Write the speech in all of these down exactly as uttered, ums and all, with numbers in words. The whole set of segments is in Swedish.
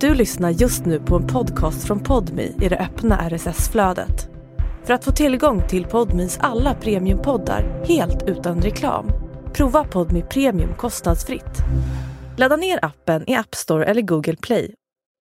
Du lyssnar just nu på en podcast från Podmi i det öppna R S S-flödet. För att få tillgång till Podmis alla premiumpoddar helt utan reklam, prova Podmi Premium kostnadsfritt. Ladda ner appen i App Store eller Google Play.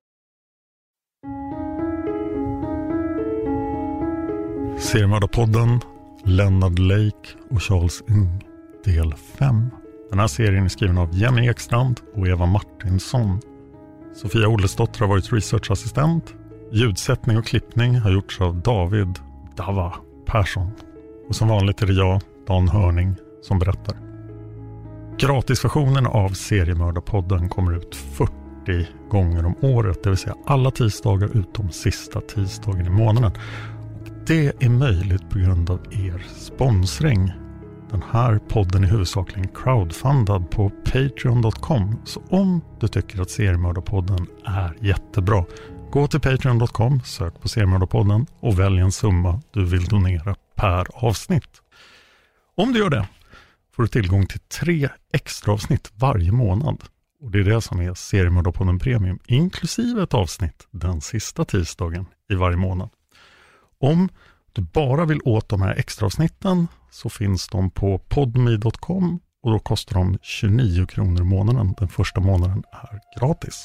Seriemördarpodden, Leonard Lake och Charles Ng, del fem. Den här serien är skriven av Jenny Ekstrand och Eva Martinsson. Sofia Olesdotter har varit researchassistent. Ljudsättning och klippning har gjorts av David Dava Persson. Och som vanligt är det jag, Dan Hörning, som berättar. Gratisversionen av Seriemördarpodden kommer ut fyrtio gånger om året, det vill säga alla tisdagar utom sista tisdagen i månaden. Och det är möjligt på grund av er sponsring. Den här podden är huvudsakligen crowdfundad på patreon dot com. Så om du tycker att Seriemördarpodden är jättebra, gå till patreon dot com, sök på Seriemördarpodden och välj en summa du vill donera per avsnitt. Om du gör det får du tillgång till tre extra avsnitt varje månad. Och det är det som är Seriemördarpodden Premium, inklusive ett avsnitt den sista tisdagen i varje månad. Om du bara vill åt de här extra avsnitten så finns de på podme dot com och då kostar de tjugonio kronor i månaden. Den första månaden är gratis.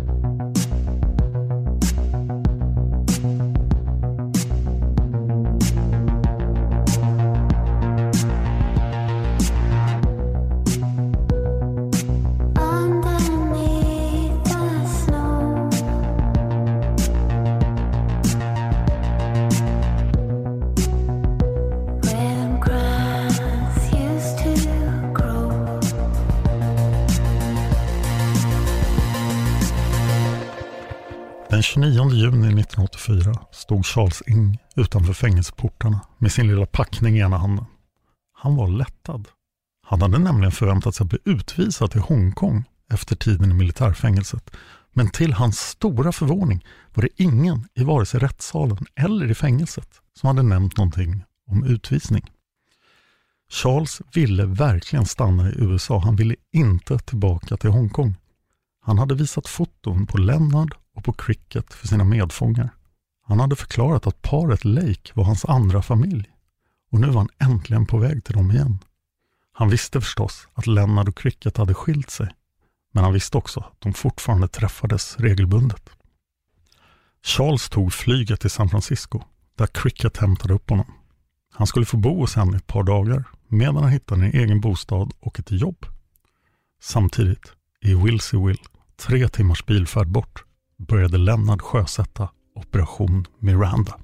Den tjugonionde juni nittonhundraåttiofyra stod Charles Ng utanför fängelseportarna med sin lilla packning i ena handen. Han var lättad. Han hade nämligen förväntat sig att bli utvisad till Hongkong efter tiden i militärfängelset. Men till hans stora förvåning var det ingen i vare sig rättssalen eller i fängelset som hade nämnt någonting om utvisning. Charles ville verkligen stanna i U S A. Han ville inte tillbaka till Hongkong. Han hade visat foton på Leonard och på Cricket för sina medfångar. Han hade förklarat att paret Lake var hans andra familj. Och nu var han äntligen på väg till dem igen. Han visste förstås att Leonard och Cricket hade skilt sig. Men han visste också att de fortfarande träffades regelbundet. Charles tog flyget till San Francisco, där Cricket hämtade upp honom. Han skulle få bo hos henne ett par dagar medan han hittade en egen bostad och ett jobb. Samtidigt, i Wilseyville, tre timmars bilfärd bort, började Leonard sjösätta Operation Miranda.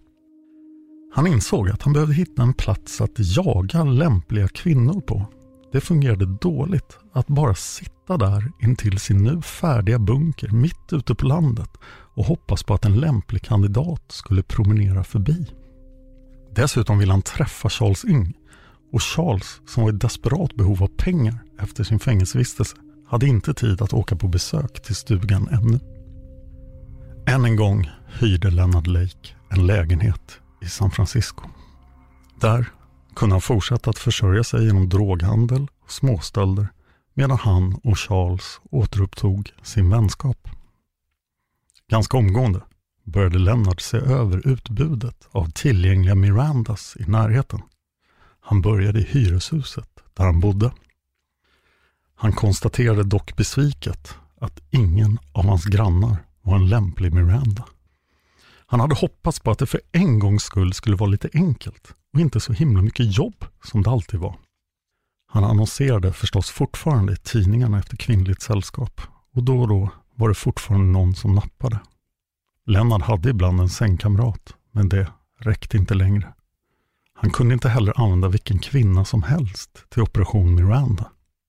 Han insåg att han behövde hitta en plats att jaga lämpliga kvinnor på. Det fungerade dåligt att bara sitta där intill sin nu färdiga bunker mitt ute på landet och hoppas på att en lämplig kandidat skulle promenera förbi. Dessutom ville han träffa Charles Ng, och Charles, som var i desperat behov av pengar efter sin fängelsevistelse, hade inte tid att åka på besök till stugan ännu. Än en gång hyrde Leonard Lake en lägenhet i San Francisco. Där kunde han fortsätta att försörja sig genom droghandel och småstölder medan han och Charles återupptog sin vänskap. Ganska omgående började Leonard se över utbudet av tillgängliga Mirandas i närheten. Han började i hyreshuset där han bodde. Han konstaterade dock besviket att ingen av hans grannar var en lämplig Miranda. Han hade hoppats på att det för en gångs skull skulle vara lite enkelt och inte så himla mycket jobb som det alltid var. Han annonserade förstås fortfarande i tidningarna efter kvinnligt sällskap, och då och då var det fortfarande någon som nappade. Leonard hade ibland en sängkamrat, men det räckte inte längre. Han kunde inte heller använda vilken kvinna som helst till Operation Miranda.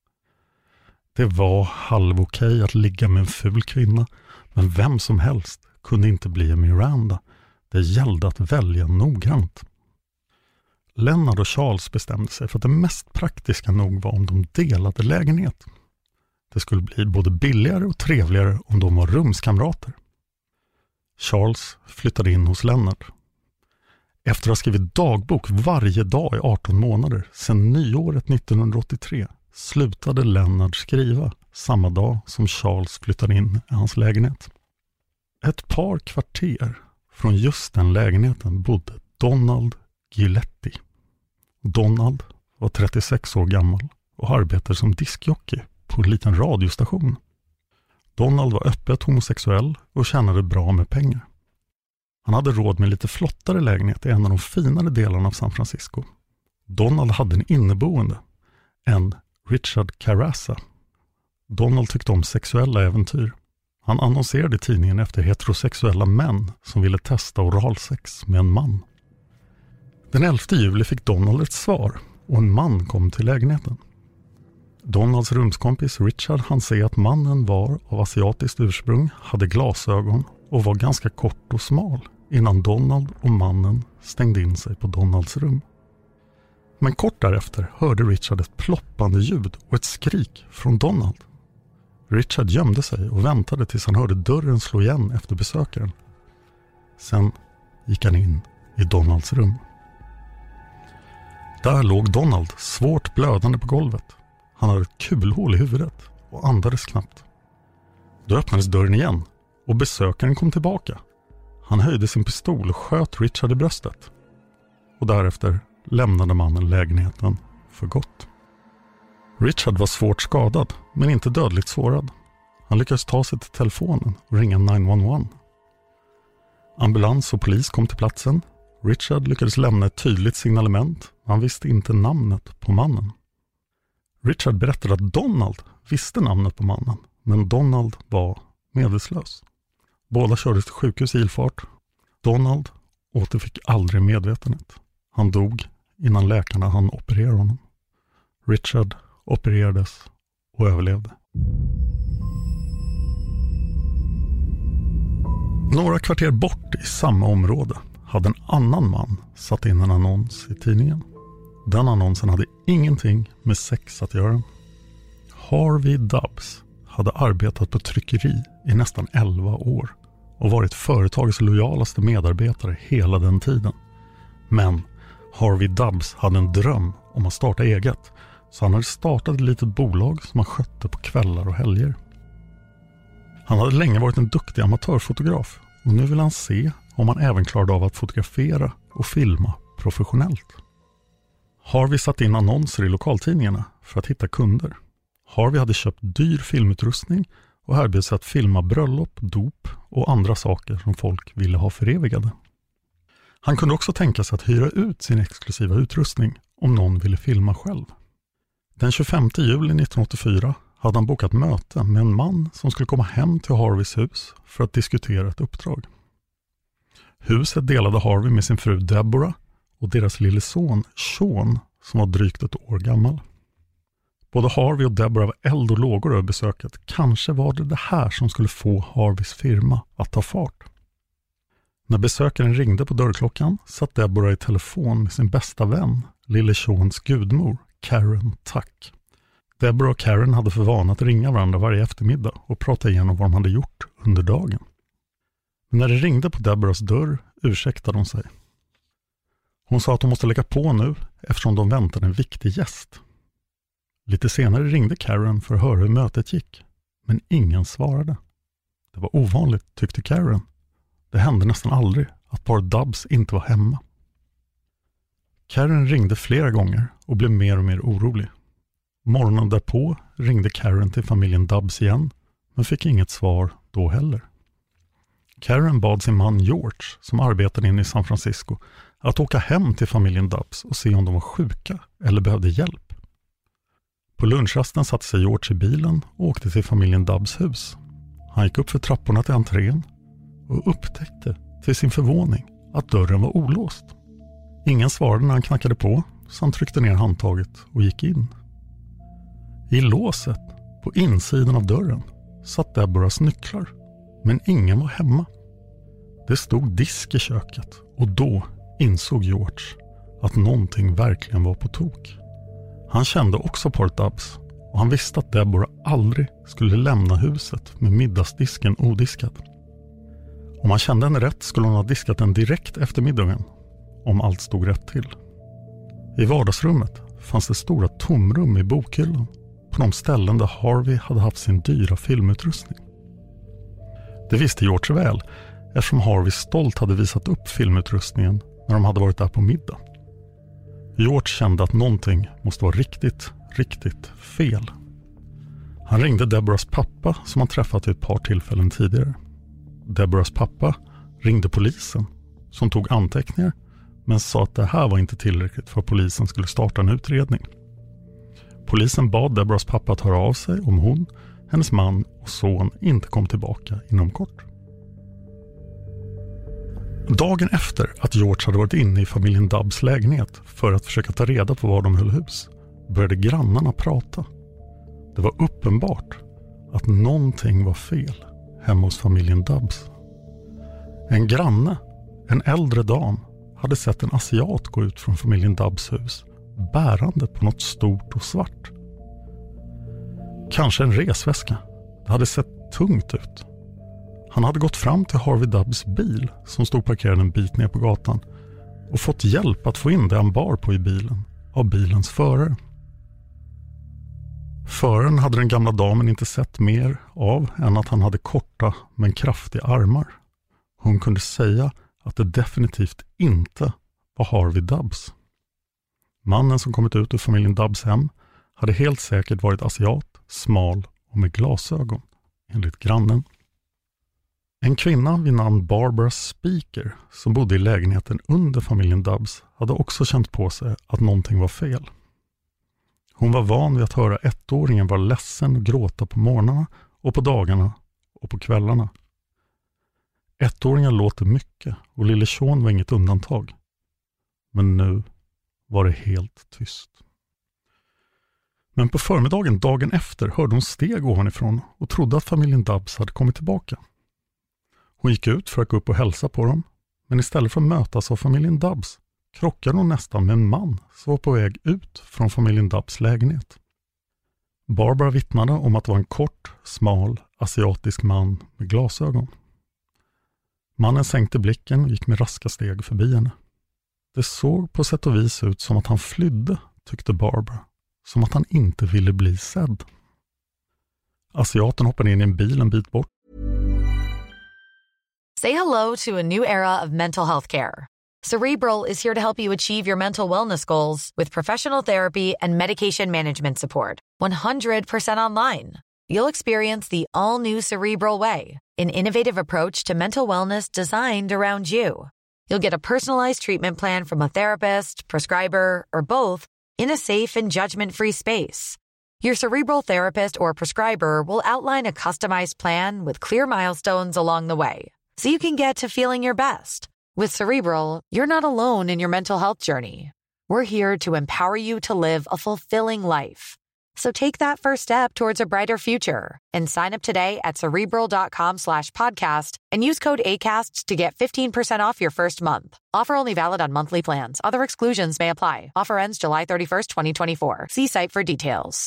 Det var halv okej att ligga med en ful kvinna, men vem som helst kunde inte bli en Miranda. Det gällde att välja noggrant. Leonard och Charles bestämde sig för att det mest praktiska nog var om de delade lägenhet. Det skulle bli både billigare och trevligare om de var rumskamrater. Charles flyttade in hos Leonard. Efter att ha skrivit dagbok varje dag i arton månader sedan nyåret nittonhundraåttiotre slutade Leonard skriva samma dag som Charles flyttade in i hans lägenhet. Ett par kvarter från just den lägenheten bodde Donald Giletti. Donald var trettiosex år gammal och arbetade som diskjockey på en liten radiostation. Donald var öppet homosexuell och tjänade bra med pengar. Han hade råd med lite flottare lägenhet i en av de finare delarna av San Francisco. Donald hade en inneboende, en Richard Carrasa. Donald tyckte om sexuella äventyr. Han annonserade i tidningen efter heterosexuella män som ville testa oralsex med en man. Den elfte juli fick Donald ett svar och en man kom till lägenheten. Donalds rumskompis Richard hann se att mannen var av asiatiskt ursprung, hade glasögon och var ganska kort och smal innan Donald och mannen stängde in sig på Donalds rum. Men kort därefter hörde Richard ett ploppande ljud och ett skrik från Donald. Richard gömde sig och väntade tills han hörde dörren slå igen efter besökaren. Sen gick han in i Donalds rum. Där låg Donald svårt blödande på golvet. Han hade ett kulhål i huvudet och andades knappt. Då öppnades dörren igen och besökaren kom tillbaka. Han höjde sin pistol och sköt Richard i bröstet. Och därefter lämnade mannen lägenheten för gott. Richard var svårt skadad men inte dödligt sårad. Han lyckades ta sig till telefonen och ringa nio ett ett. Ambulans och polis kom till platsen. Richard lyckades lämna ett tydligt signalement. Han visste inte namnet på mannen. Richard berättade att Donald visste namnet på mannen, men Donald var medvetslös. Båda kördes till sjukhus i ilfart. Donald återfick aldrig medvetenhet. Han dog innan läkarna hann operera honom. Richard opererades och överlevde. Några kvarter bort i samma område hade en annan man satt in en annons i tidningen. Den annonsen hade ingenting med sex att göra. Harvey Dubbs hade arbetat på tryckeri i nästan elva år och varit företagets lojalaste medarbetare hela den tiden. Men Harvey Dubbs hade en dröm om att starta eget, så han hade startat ett litet bolag som han skötte på kvällar och helger. Han hade länge varit en duktig amatörfotograf och nu ville han se om han även klarade av att fotografera och filma professionellt. Harvey satt in annonser i lokaltidningarna för att hitta kunder. Harvey hade köpt dyr filmutrustning och erbjöd sig att filma bröllop, dop och andra saker som folk ville ha förevigade. Han kunde också tänka sig att hyra ut sin exklusiva utrustning om någon ville filma själv. Den tjugofemte juli nittonhundraåttiofyra hade han bokat möte med en man som skulle komma hem till Harveys hus för att diskutera ett uppdrag. Huset delade Harvey med sin fru Deborah och deras lille son Sean som var drygt ett år gammal. Både Harvey och Deborah var eld och lågor över besöket. Kanske var det det här som skulle få Harveys firma att ta fart. När besökaren ringde på dörrklockan satt Deborah i telefon med sin bästa vän, lille Seans gudmor, Karen Tuck. Deborah och Karen hade för vana att ringa varandra varje eftermiddag och prata igenom vad de hade gjort under dagen. Men när det ringde på Deborahs dörr ursäktade hon sig. Hon sa att hon måste lägga på nu eftersom de väntade en viktig gäst. Lite senare ringde Karen för att höra hur mötet gick, men ingen svarade. Det var ovanligt, tyckte Karen. Det hände nästan aldrig att par Dubbs inte var hemma. Karen ringde flera gånger och blev mer och mer orolig. Morgonen därpå ringde Karen till familjen Dubbs igen, men fick inget svar då heller. Karen bad sin man George, som arbetade inne i San Francisco, att åka hem till familjen Dubbs och se om de var sjuka eller behövde hjälp. På lunchrasten satte sig George i bilen och åkte till familjen Dubbs hus. Han gick upp för trapporna till entrén och upptäckte till sin förvåning att dörren var olåst. Ingen svarade när han knackade på, så han tryckte ner handtaget och gick in. I låset på insidan av dörren satt Deborahs nycklar, men ingen var hemma. Det stod disk i köket och då insåg George att någonting verkligen var på tok. Han kände också paret Dubbs och han visste att Deborah aldrig skulle lämna huset med middagsdisken odiskad. Om han kände henne rätt skulle hon ha diskat den direkt efter middagen, om allt stod rätt till. I vardagsrummet fanns det stora tomrum i bokhyllan på de ställen där Harvey hade haft sin dyra filmutrustning. Det visste George väl, eftersom Harvey stolt hade visat upp filmutrustningen när de hade varit där på middag. George kände att någonting måste vara riktigt, riktigt fel. Han ringde Deborahs pappa som han träffat vid ett par tillfällen tidigare. Deborahs pappa ringde polisen som tog anteckningar men sa att det här var inte tillräckligt för att polisen skulle starta en utredning. Polisen bad Deborahs pappa att höra av sig om hon, hennes man och son inte kom tillbaka inom kort. Dagen efter att George hade varit inne i familjen Dubbs lägenhet för att försöka ta reda på var de höll hus började grannarna prata. Det var uppenbart att någonting var fel hemma hos familjen Dubbs. En granne, en äldre dam, hade sett en asiat gå ut från familjen Dubbs hus bärande på något stort och svart. Kanske en resväska. Det hade sett tungt ut. Han hade gått fram till Harvey Dubbs bil som stod parkerad en bit ner på gatan och fått hjälp att få in det han bar på i bilen av bilens förare. Föraren hade den gamla damen inte sett mer av än att han hade korta men kraftiga armar. Hon kunde säga att det definitivt inte var Harvey Dubbs. Mannen som kommit ut ur familjen Dubbs hem hade helt säkert varit asiat, smal och med glasögon, enligt grannen. En kvinna vid namn Barbara Speaker som bodde i lägenheten under familjen Dubbs hade också känt på sig att någonting var fel. Hon var van vid att höra ettåringen vara ledsen och gråta på morgnarna och på dagarna och på kvällarna. Ettåringen låter mycket och lille Sean var inget undantag. Men nu var det helt tyst. Men på förmiddagen dagen efter hörde hon steg ovanifrån och trodde att familjen Dubbs hade kommit tillbaka. Hon gick ut för att gå upp och hälsa på dem, men istället för att mötas av familjen Dubbs krockade hon nästan med en man som var på väg ut från familjen Dubbs lägenhet. Barbara vittnade om att det var en kort, smal, asiatisk man med glasögon. Mannen sänkte blicken och gick med raska steg förbi henne. Det såg på sätt och vis ut som att han flydde, tyckte Barbara. Som att han inte ville bli sedd. Asiaten hoppade in i en bil en bit bort. Say hello to a new era of mental health care. Cerebral is here to help you achieve your mental wellness goals with professional therapy and medication management support. one hundred percent online. You'll experience the all-new Cerebral Way, an innovative approach to mental wellness designed around you. You'll get a personalized treatment plan from a therapist, prescriber, or both in a safe and judgment-free space. Your Cerebral therapist or prescriber will outline a customized plan with clear milestones along the way, so you can get to feeling your best. With Cerebral, you're not alone in your mental health journey. We're here to empower you to live a fulfilling life. So take that first step towards a brighter future and sign up today at Cerebral.com slash podcast and use code ACAST to get fifteen percent off your first month. Offer only valid on monthly plans. Other exclusions may apply. Offer ends July thirty-first, twenty twenty-four. See site for details.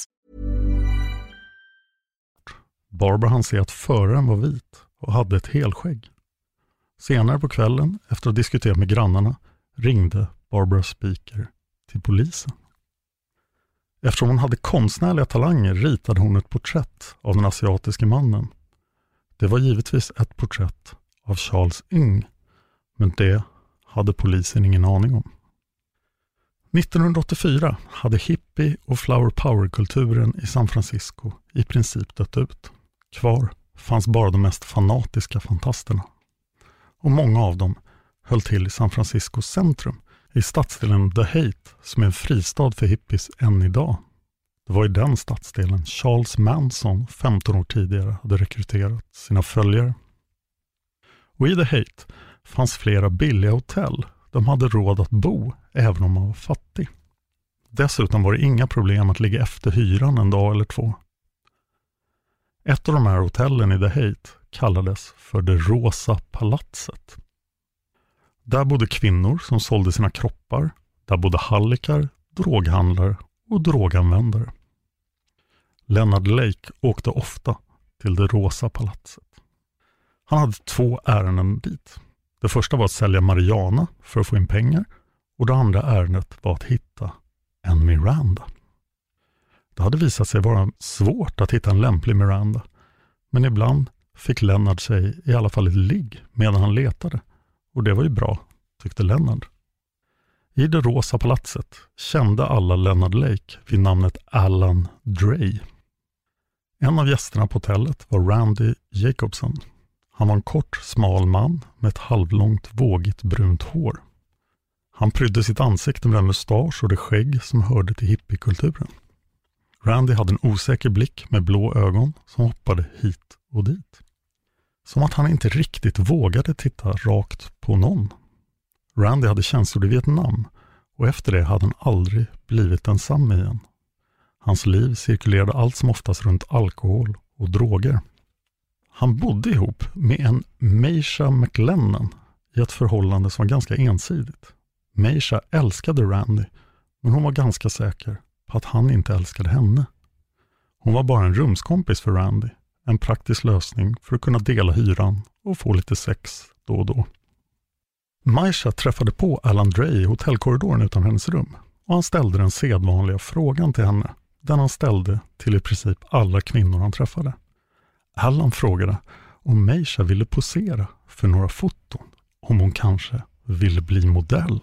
Barbara hann se att föraren var vit och hade ett helskägg. Senare på kvällen, efter att ha diskuterat med grannarna, ringde Barbara Speaker till polisen. Eftersom hon hade konstnärliga talanger ritade hon ett porträtt av den asiatiska mannen. Det var givetvis ett porträtt av Charles Ng, men det hade polisen ingen aning om. nittonhundraåttiofyra hade hippie- och flower power-kulturen i San Francisco i princip dött ut. Kvar fanns bara de mest fanatiska fantasterna. Och många av dem höll till i San Franciscos centrum, i stadsdelen The Haight, som är en fristad för hippies än idag. Det var i den stadsdelen Charles Manson femton år tidigare hade rekryterat sina följare. Och i The Haight fanns flera billiga hotell. De hade råd att bo även om man var fattig. Dessutom var det inga problem att ligga efter hyran en dag eller två. Ett av de här hotellen i The Haight kallades för det Rosa palatset. Där bodde kvinnor som sålde sina kroppar. Där bodde hallickar, droghandlare och droganvändare. Leonard Lake åkte ofta till det Rosa palatset. Han hade två ärenden dit. Det första var att sälja marijuana för att få in pengar och det andra ärendet var att hitta en Miranda. Det hade visat sig vara svårt att hitta en lämplig Miranda, men ibland fick Leonard sig i alla fall ett ligg medan han letade. Och det var ju bra, tyckte Leonard. I det rosa palatset kände alla Leonard Lake vid namnet Alan Dray. En av gästerna på hotellet var Randy Jacobson. Han var en kort, smal man med ett halvlångt, vågigt brunt hår. Han prydde sitt ansikte med en mustasch och det skägg som hörde till hippiekulturen. Randy hade en osäker blick med blå ögon som hoppade hit och dit. Som att han inte riktigt vågade titta rakt på någon. Randy hade tjänstgjort i Vietnam och efter det hade han aldrig blivit densamme igen. Hans liv cirkulerade allt som oftast runt alkohol och droger. Han bodde ihop med en Meisha McLennan i ett förhållande som var ganska ensidigt. Meisha älskade Randy, men hon var ganska säker på att han inte älskade henne. Hon var bara en rumskompis för Randy, en praktisk lösning för att kunna dela hyran och få lite sex då och då. Meisha träffade på Alan Dray i hotellkorridoren utan hennes rum och han ställde den sedvanliga frågan till henne, den han ställde till i princip alla kvinnor han träffade. Alan frågade om Meisha ville posera för några foton, om hon kanske ville bli modell.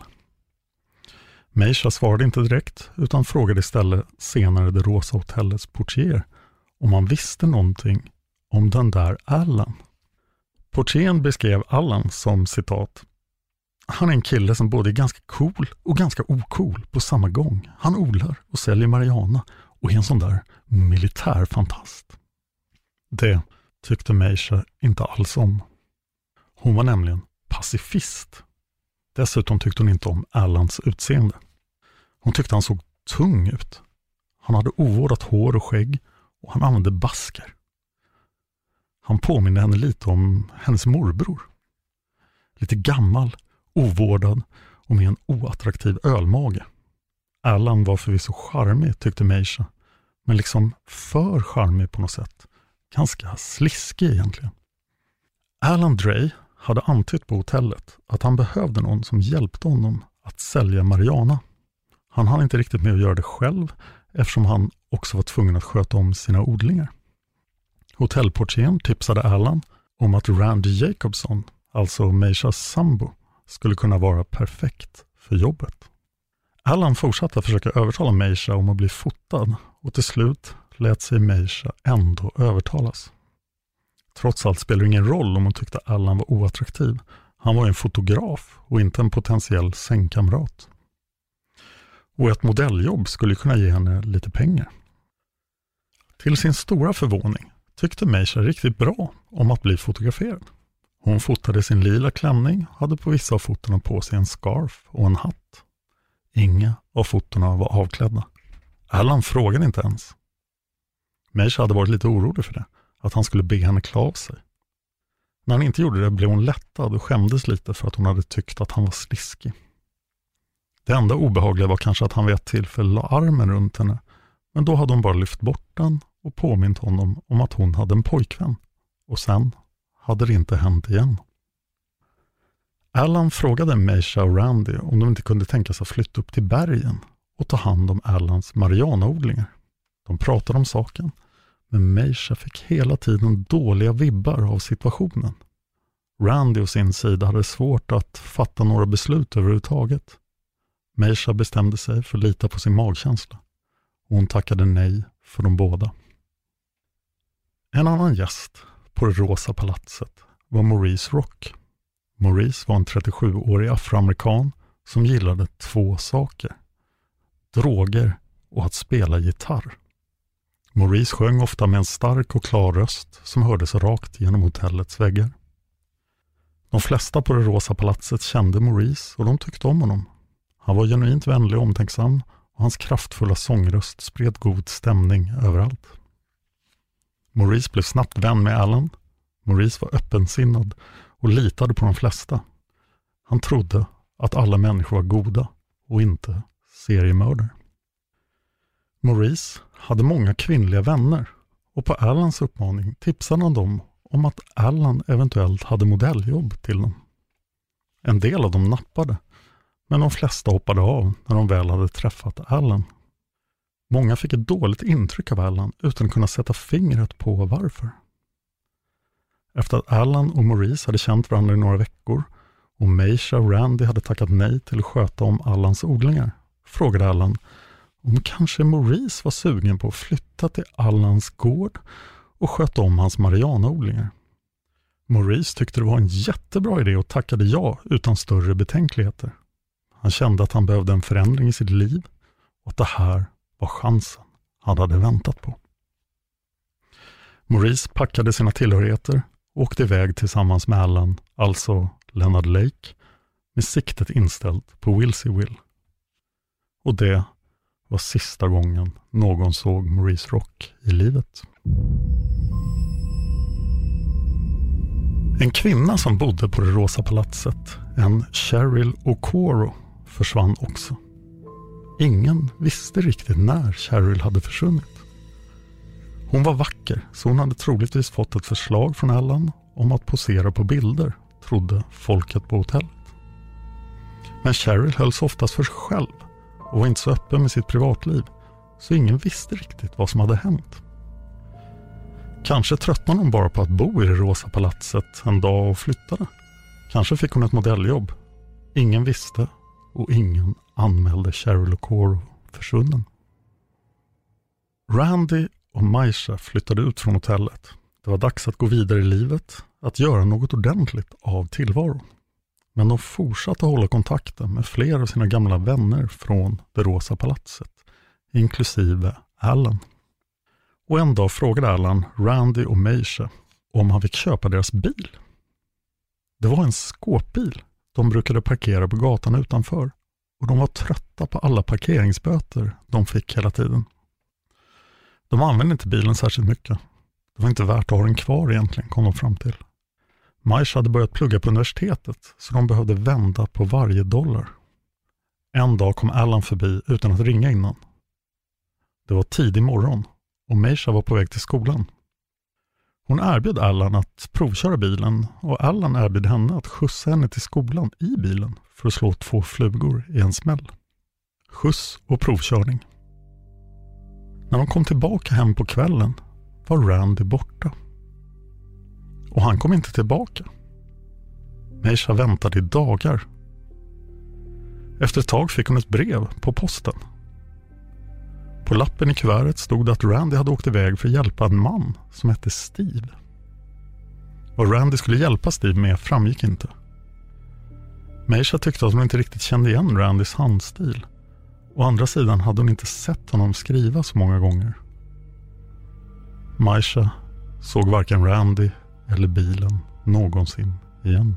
Meisha svarade inte direkt utan frågade istället senare det rosa hotellets portier om han visste någonting om den där Alan. Portieren beskrev Alan som citat: han är en kille som både är ganska cool och ganska ocool på samma gång. Han odlar och säljer marijuana och är en sån där militärfantast. Det tyckte Meisha inte alls om. Hon var nämligen pacifist. Dessutom tyckte hon inte om Alans utseende. Hon tyckte han såg tung ut. Han hade ovårdat hår och skägg och han använde basker. Han påminner henne lite om hennes morbror. Lite gammal, ovårdad och med en oattraktiv ölmage. Alan var förvisso charmig, tyckte Meisha, men liksom för charmig på något sätt. Ganska sliskig egentligen. Alan Dray hade antytt på hotellet att han behövde någon som hjälpte honom att sälja marijuana. Han hann inte riktigt med att göra det själv eftersom han också var tvungen att sköta om sina odlingar. Hotellportieren tipsade Alan om att Randy Jacobson, alltså Meishas sambo, skulle kunna vara perfekt för jobbet. Alan fortsatte att försöka övertala Meisha om att bli fotad och till slut lät sig Meisha ändå övertalas. Trots allt spelar det ingen roll om hon tyckte Alan var oattraktiv. Han var en fotograf och inte en potentiell sängkamrat. Och ett modelljobb skulle kunna ge henne lite pengar. Till sin stora förvåning tyckte Meisha riktigt bra om att bli fotograferad. Hon fotade sin lila klänning och hade på vissa av fotona på sig en scarf och en hatt. Inga av fotona var avklädda. Alan frågade inte ens. Meisha hade varit lite orolig för det, att han skulle be henne klä av sig. När han inte gjorde det blev hon lättad och skämdes lite för att hon hade tyckt att han var sliskig. Det enda obehagliga var kanske att han vid ett tillfälle la armen runt henne, men då hade hon bara lyft bort den och påmint honom om att hon hade en pojkvän. Och sen hade det inte hänt igen. Alan frågade Meisha och Randy om de inte kunde tänka sig att flytta upp till bergen och ta hand om Alans marijuanaodlingar. De pratade om saken, men Meisha fick hela tiden dåliga vibbar av situationen. Randy och sin sida hade svårt att fatta några beslut överhuvudtaget. Meisha bestämde sig för att lita på sin magkänsla. Hon tackade nej för de båda. En annan gäst på det rosa palatset var Maurice Rock. Maurice var en trettiosjuårig afroamerikan som gillade två saker: droger och att spela gitarr. Maurice sjöng ofta med en stark och klar röst som hördes rakt genom hotellets väggar. De flesta på det rosa palatset kände Maurice och de tyckte om honom. Han var genuint vänlig och omtänksam och hans kraftfulla sångröst spred god stämning överallt. Maurice blev snabbt vän med Alan. Maurice var öppensinnad och litade på de flesta. Han trodde att alla människor var goda och inte seriemördare. Maurice hade många kvinnliga vänner och på Alans uppmaning tipsade han dem om att Alan eventuellt hade modelljobb till dem. En del av dem nappade, men de flesta hoppade av när de väl hade träffat Alan. Många fick ett dåligt intryck av Alan utan att kunna sätta fingret på varför. Efter att Alan och Maurice hade känt varandra i några veckor och Meisha och Randy hade tackat nej till att sköta om Allans odlingar, frågade Alan om kanske Maurice var sugen på att flytta till Allans gård och sköta om hans marijuanaodlingar. Maurice tyckte det var en jättebra idé och tackade ja utan större betänkligheter. Han kände att han behövde en förändring i sitt liv och att det här var chansen han hade väntat på. Maurice packade sina tillhörigheter och åkte iväg tillsammans med Alan, alltså Leonard Lake, med siktet inställt på Wilseyville. Och det var sista gången någon såg Maurice Rock i livet. En kvinna som bodde på det rosa palatset, en Cheryl Okoro, försvann också. Ingen visste riktigt när Cheryl hade försvunnit. Hon var vacker, så hon hade troligtvis fått ett förslag från Alan om att posera på bilder, trodde folket på hotellet. Men Cheryl hölls oftast för sig själv och var inte så öppen med sitt privatliv, så ingen visste riktigt vad som hade hänt. Kanske tröttnade hon bara på att bo i det rosa palatset en dag och flyttade. Kanske fick hon ett modelljobb. Ingen visste och ingen anmälde Cheryl Okoro försvunnen. Randy och Meisha flyttade ut från hotellet. Det var dags att gå vidare i livet, att göra något ordentligt av tillvaron. Men de fortsatte hålla kontakten med flera av sina gamla vänner från det rosa palatset, inklusive Alan. Och en dag frågade Alan Randy och Meisha om han fick köpa deras bil. Det var en skåpbil de brukade parkera på gatan utanför, och de var trötta på alla parkeringsböter de fick hela tiden. De använde inte bilen särskilt mycket. Det var inte värt att ha den kvar egentligen, kom de fram till. Meisha hade börjat plugga på universitetet, så de behövde vända på varje dollar. En dag kom Alan förbi utan att ringa innan. Det var tidig morgon och Meisha var på väg till skolan. Hon erbjöd Alan att provköra bilen och Alan erbjöd henne att skjutsa henne till skolan i bilen för att slå två flugor i en smäll. Skjuts och provkörning. När de kom tillbaka hem på kvällen var Randy borta. Och han kom inte tillbaka. Meisha väntade i dagar. Efter ett tag fick hon ett brev på posten. På lappen i kuvertet stod det att Randy hade åkt iväg för att hjälpa en man som hette Steve. Vad Randy skulle hjälpa Steve med framgick inte. Meisha tyckte att hon inte riktigt kände igen Randys handstil. Å andra sidan hade hon inte sett honom skriva så många gånger. Meisha såg varken Randy eller bilen någonsin igen.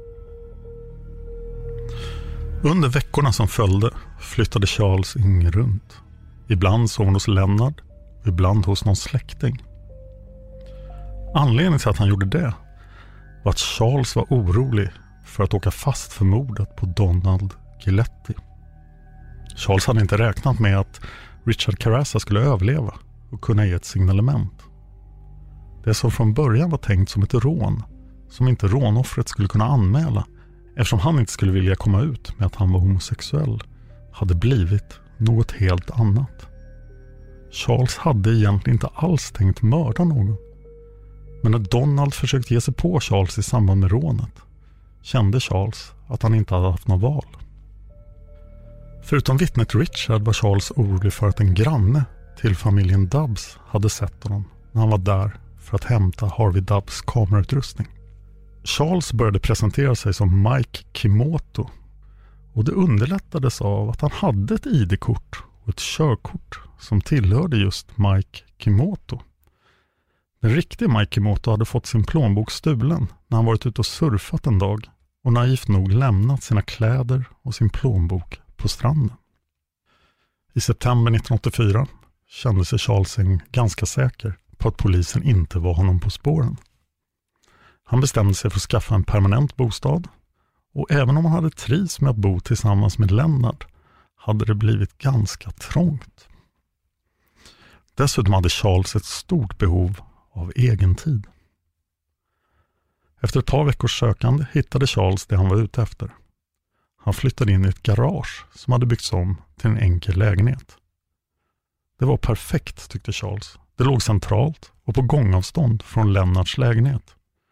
Under veckorna som följde flyttade Charles in runt. Ibland sov hon hos Leonard och ibland hos någon släkting. Anledningen till att han gjorde det var att Charles var orolig för att åka fast för mordet på Donald Giletti. Charles hade inte räknat med att Richard Carassa skulle överleva och kunna ge ett signalement. Det som från början var tänkt som ett rån, som inte rånoffret skulle kunna anmäla eftersom han inte skulle vilja komma ut med att han var homosexuell, hade blivit något helt annat. Charles hade egentligen inte alls tänkt mörda någon. Men när Donald försökte ge sig på Charles i samband med rånet kände Charles att han inte hade haft något val. Förutom vittnet Richard var Charles orolig för att en granne till familjen Dubbs hade sett honom när han var där för att hämta Harvey Dubbs kamerautrustning. Charles började presentera sig som Mike Kimoto och det underlättades av att han hade ett I D-kort och ett körkort som tillhörde just Mike Kimoto. Den riktiga Mike Kimoto hade fått sin plånbok stulen när han varit ute och surfat en dag och naivt nog lämnat sina kläder och sin plånbok på stranden. I september nittonhundraåttiofyra kände sig Charles ganska säker på att polisen inte var honom på spåren. Han bestämde sig för att skaffa en permanent bostad och även om han hade trivs med att bo tillsammans med Leonard hade det blivit ganska trångt. Dessutom hade Charles ett stort behov av egen tid. Efter ett par veckors sökande hittade Charles det han var ute efter. Han flyttade in i ett garage som hade byggts om till en enkel lägenhet. Det var perfekt, tyckte Charles. Det låg centralt och på gångavstånd från Leonards lägenhet.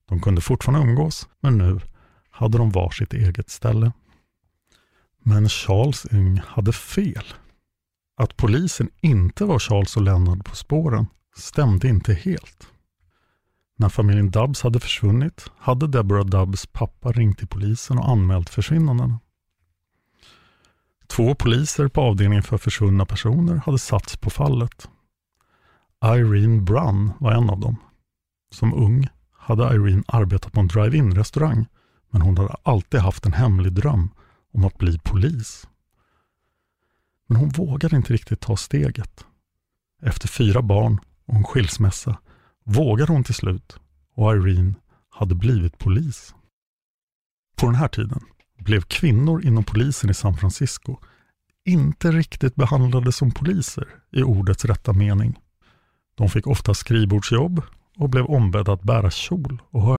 De kunde fortfarande umgås, men nu hade de var sitt eget ställe. Men Charles Ng hade fel. Att polisen inte var Charles och Leonard på spåren stämde inte helt. När familjen Dubbs hade försvunnit hade Deborah Dubbs pappa ringt till polisen och anmält försvinnandena. Två poliser på avdelningen för försvunna personer hade satts på fallet. Irene Brunn var en av dem. Som ung hade Irene arbetat på en drive-in-restaurang, men hon hade alltid haft en hemlig dröm om att bli polis. Men hon vågade inte riktigt ta steget. Efter fyra barn och en skilsmässa vågade hon till slut, och Irene hade blivit polis. På den här tiden blev kvinnor inom polisen i San Francisco inte riktigt behandlade som poliser i ordets rätta mening. De fick ofta skrivbordsjobb och blev ombedda att bära kjol och hör.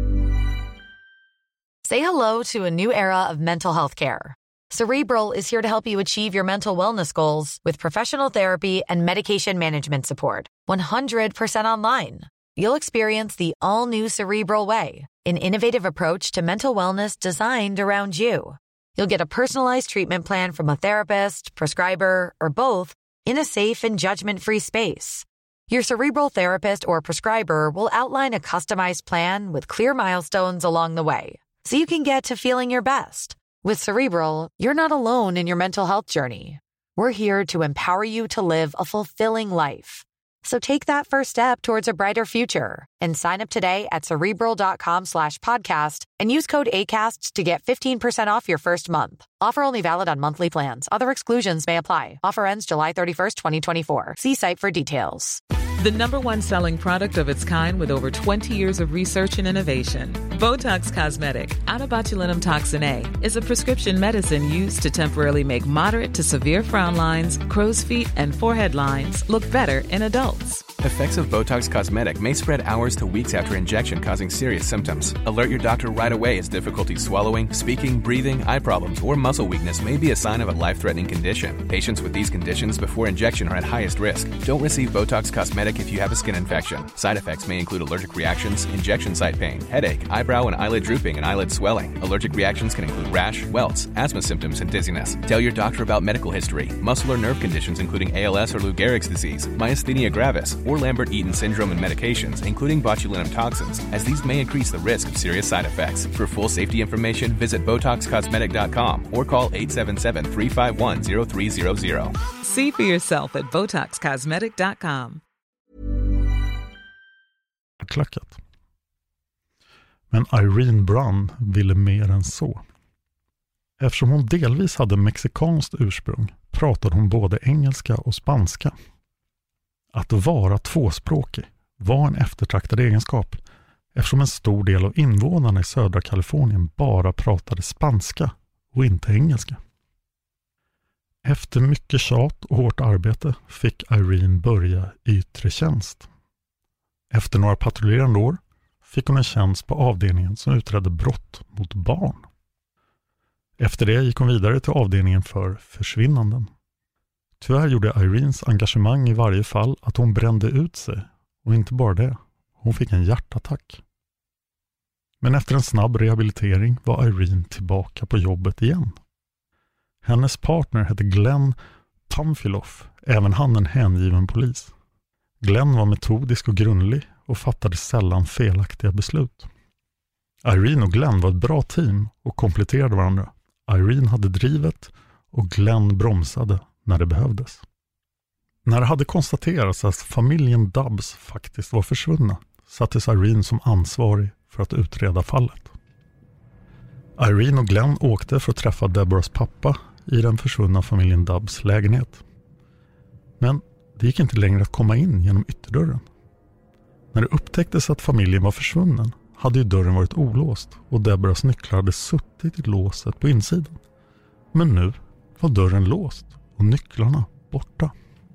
Say hello to a new era of mental health care. Cerebral is here to help you achieve your mental wellness goals with professional therapy and medication management support. one hundred percent online. You'll experience the all-new Cerebral Way, an innovative approach to mental wellness designed around you. You'll get a personalized treatment plan from a therapist, prescriber, or both in a safe and judgment-free space. Your Cerebral therapist or prescriber will outline a customized plan with clear milestones along the way, so you can get to feeling your best. With Cerebral, you're not alone in your mental health journey. We're here to empower you to live a fulfilling life. So take that first step towards a brighter future and sign up today at Cerebral.com slash podcast and use code ACAST to get fifteen percent off your first month. Offer only valid on monthly plans. Other exclusions may apply. Offer ends July thirty-first, twenty twenty-four. See site for details. The number one selling product of its kind with over twenty years of research and innovation. Botox Cosmetic, out of botulinum toxin A, is a prescription medicine used to temporarily make moderate to severe frown lines, crow's feet, and forehead lines look better in adults. Effects of Botox Cosmetic may spread hours to weeks after injection, causing serious symptoms. Alert your doctor right away as difficulty swallowing, speaking, breathing, eye problems, or muscle weakness may be a sign of a life-threatening condition. Patients with these conditions before injection are at highest risk. Don't receive Botox Cosmetic if you have a skin infection. Side effects may include allergic reactions, injection site pain, headache, eyebrow and eyelid drooping, and eyelid swelling. Allergic reactions can include rash, welts, asthma symptoms, and dizziness. Tell your doctor about medical history, muscle or nerve conditions including A L S or Lou Gehrig's disease, myasthenia gravis, or Lambert-Eaton syndrome, and medications, including botulinum toxins, as these may increase the risk of serious side effects. For full safety information, visit Botox Cosmetic dot com or call eight seven seven, three five one, zero three zero zero. See for yourself at Botox Cosmetic dot com. Klackat. Men Irene Brunn ville mer än så. Eftersom hon delvis hade mexikanskt ursprung pratade hon både engelska och spanska. Att vara tvåspråkig var en eftertraktad egenskap eftersom en stor del av invånarna i södra Kalifornien bara pratade spanska och inte engelska. Efter mycket tjat och hårt arbete fick Irene börja i yttre tjänst. Efter några patrullerande år fick hon en tjänst på avdelningen som utredde brott mot barn. Efter det gick hon vidare till avdelningen för försvinnanden. Tyvärr gjorde Irenes engagemang i varje fall att hon brände ut sig, och inte bara det, hon fick en hjärtattack. Men efter en snabb rehabilitering var Irene tillbaka på jobbet igen. Hennes partner hette Glenn Pamfiloff, även han en hängiven polis. Glenn var metodisk och grundlig och fattade sällan felaktiga beslut. Irene och Glenn var ett bra team och kompletterade varandra. Irene hade drivet och Glenn bromsade när det behövdes. När det hade konstaterats att familjen Dubbs faktiskt var försvunna sattes Irene som ansvarig för att utreda fallet. Irene och Glenn åkte för att träffa Deborahs pappa i den försvunna familjen Dubbs lägenhet. Men det gick inte längre att komma in genom ytterdörren. När det upptäcktes att familjen var försvunnen hade ju dörren varit olåst och Deborahs nycklar hade suttit i låset på insidan. Men nu var dörren låst och nycklarna borta.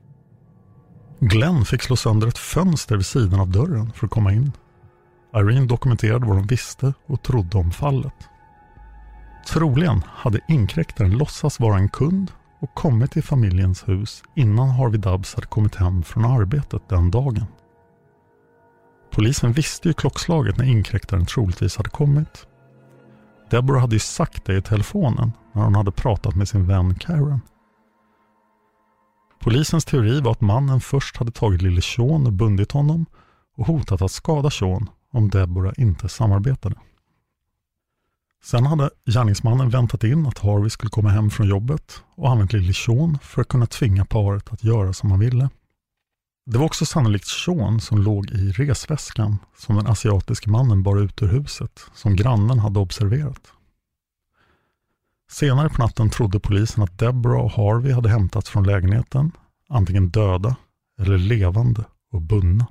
Glenn fick slå sönder ett fönster vid sidan av dörren för att komma in. Irene dokumenterade vad de visste och trodde om fallet. Troligen hade inkräktaren låtsas vara en kund och kommit till familjens hus innan Harvey Dubbs hade kommit hem från arbetet den dagen. Polisen visste ju klockslaget när inkräktaren troligtvis hade kommit. Deborah hade ju sagt det i telefonen när hon hade pratat med sin vän Karen. Polisens teori var att mannen först hade tagit lille Sean och bundit honom och hotat att skada Sean om Deborah inte samarbetade. Sen hade gärningsmannen väntat in att Harvey skulle komma hem från jobbet och använt lille Sean för att kunna tvinga paret att göra som han ville. Det var också sannolikt Sean som låg i resväskan som den asiatiske mannen bar ut ur huset, som grannen hade observerat. Senare på natten trodde polisen att Deborah och Harvey hade hämtats från lägenheten, antingen döda eller levande och bundna.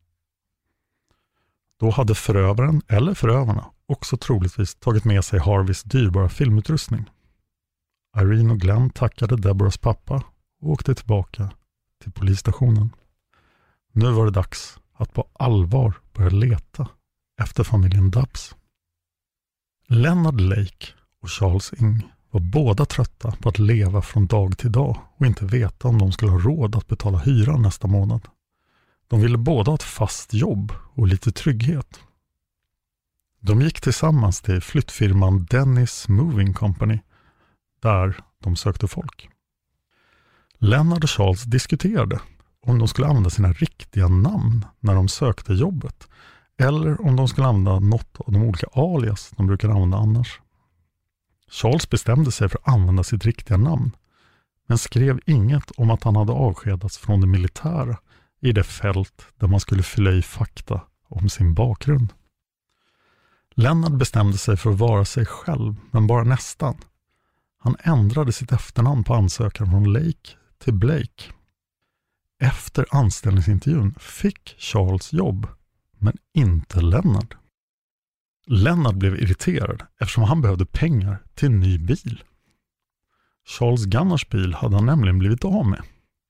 Då hade förövaren eller förövarna också troligtvis tagit med sig Harveys dyrbara filmutrustning. Irene och Glenn tackade Deborahs pappa och åkte tillbaka till polisstationen. Nu var det dags att på allvar börja leta efter familjen Dubbs. Leonard Lake och Charles Ng var båda trötta på att leva från dag till dag och inte veta om de skulle ha råd att betala hyran nästa månad. De ville båda ha ett fast jobb och lite trygghet. De gick tillsammans till flyttfirman Dennis Moving Company, där de sökte folk. Leonard och Charles diskuterade om de skulle använda sina riktiga namn när de sökte jobbet, eller om de skulle använda något av de olika alias de brukar använda annars. Charles bestämde sig för att använda sitt riktiga namn, men skrev inget om att han hade avskedats från det militära i det fält där man skulle fylla i fakta om sin bakgrund. Leonard bestämde sig för att vara sig själv, men bara nästan. Han ändrade sitt efternamn på ansökan från Lake till Blake. Efter anställningsintervjun fick Charles jobb, men inte Leonard. Leonard blev irriterad eftersom han behövde pengar till en ny bil. Charles Gunnars bil hade han nämligen blivit av med.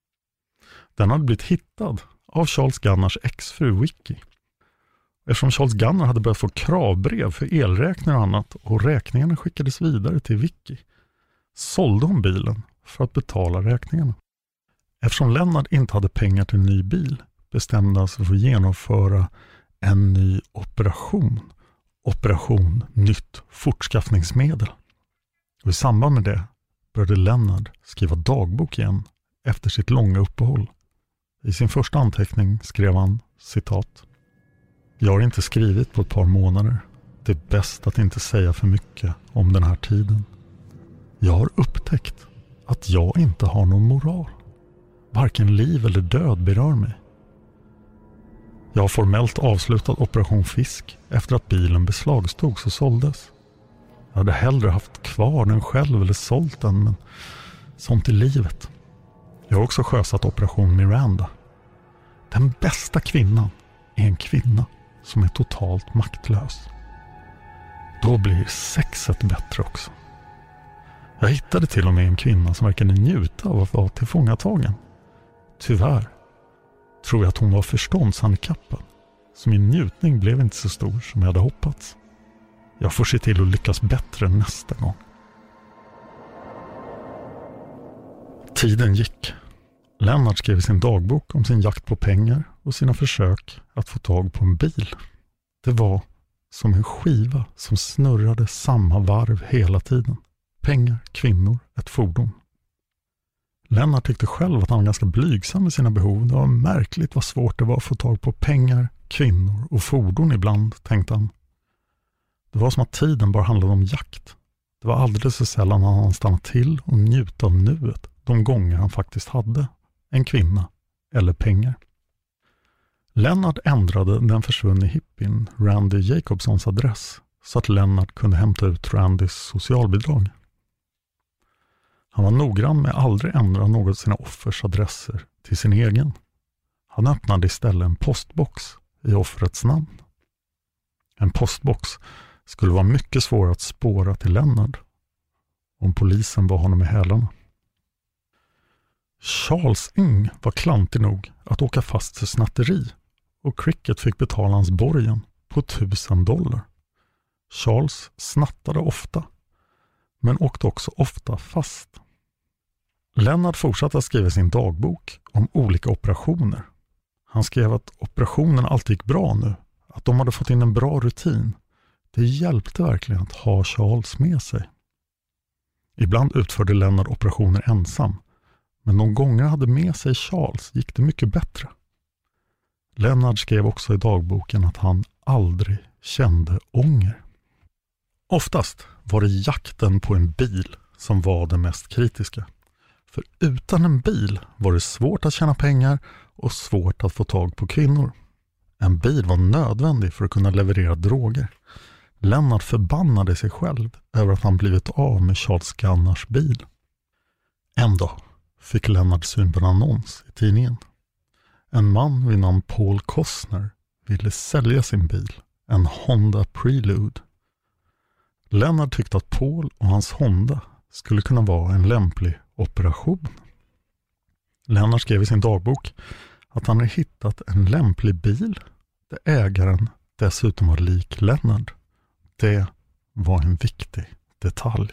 Den hade blivit hittad av Charles Gunnars exfru Vicky. Eftersom Charles Gunnar hade börjat få kravbrev för elräkningar och annat och räkningarna skickades vidare till Vicky, sålde hon bilen för att betala räkningarna. Eftersom Leonard inte hade pengar till en ny bil bestämde han sig för att genomföra en ny operation. Operation Nytt fortskaffningsmedel. Och i samband med det började Leonard skriva dagbok igen efter sitt långa uppehåll. I sin första anteckning skrev han, citat: "Jag har inte skrivit på ett par månader. Det är bäst att inte säga för mycket om den här tiden. Jag har upptäckt att jag inte har någon moral. Varken liv eller död berör mig. Jag har formellt avslutat operation Fisk efter att bilen beslagstogs och såldes. Jag hade hellre haft kvar den själv eller sålt den, men sånt är livet. Jag har också sjösatt operation Miranda. Den bästa kvinnan är en kvinna som är totalt maktlös. Då blir sexet bättre också. Jag hittade till och med en kvinna som verkade njuta av att vara tillfångatagen. Tyvärr tror jag att hon var förståndshandikappad, så min njutning blev inte så stor som jag hade hoppats. Jag får se till att lyckas bättre nästa gång." Tiden gick. Leonard skrev i sin dagbok om sin jakt på pengar och sina försök att få tag på en bil. Det var som en skiva som snurrade samma varv hela tiden. Pengar, kvinnor, ett fordon. Leonard tyckte själv att han var ganska blygsam med sina behov. Det var märkligt vad svårt det var att få tag på pengar, kvinnor och fordon ibland, tänkte han. Det var som att tiden bara handlade om jakt. Det var alldeles så sällan han stannade till och njuta av nuet de gånger han faktiskt hade en kvinna eller pengar. Leonard ändrade den försvunne hippien Randy Jacobsons adress så att Leonard kunde hämta ut Randys socialbidrag. Han var noggrann med att aldrig ändra något av sina offers adresser till sin egen. Han öppnade istället en postbox i offrets namn. En postbox skulle vara mycket svår att spåra till Leonard om polisen var honom i hälarna. Charles Ng var klantig nog att åka fast för snatteri och Cricket fick betala hans borgen på tusen dollar. Charles snattade ofta, men åkte också ofta fast. Leonard fortsatte att skriva sin dagbok om olika operationer. Han skrev att operationen alltid gick bra nu, att de hade fått in en bra rutin. Det hjälpte verkligen att ha Charles med sig. Ibland utförde Leonard operationer ensam, men de gånger han hade med sig Charles gick det mycket bättre. Leonard skrev också i dagboken att han aldrig kände ånger. Oftast var det jakten på en bil som var det mest kritiska. För utan en bil var det svårt att tjäna pengar och svårt att få tag på kvinnor. En bil var nödvändig för att kunna leverera droger. Leonard förbannade sig själv över att han blivit av med Charles Gunnars bil. En dag fick Leonard syn på en annons i tidningen. En man vid namn Paul Costner ville sälja sin bil, en Honda Prelude. Leonard tyckte att Paul och hans Honda skulle kunna vara en lämplig operation. Leonard skrev i sin dagbok att han hade hittat en lämplig bil där ägaren dessutom var lik Leonard. Det var en viktig detalj.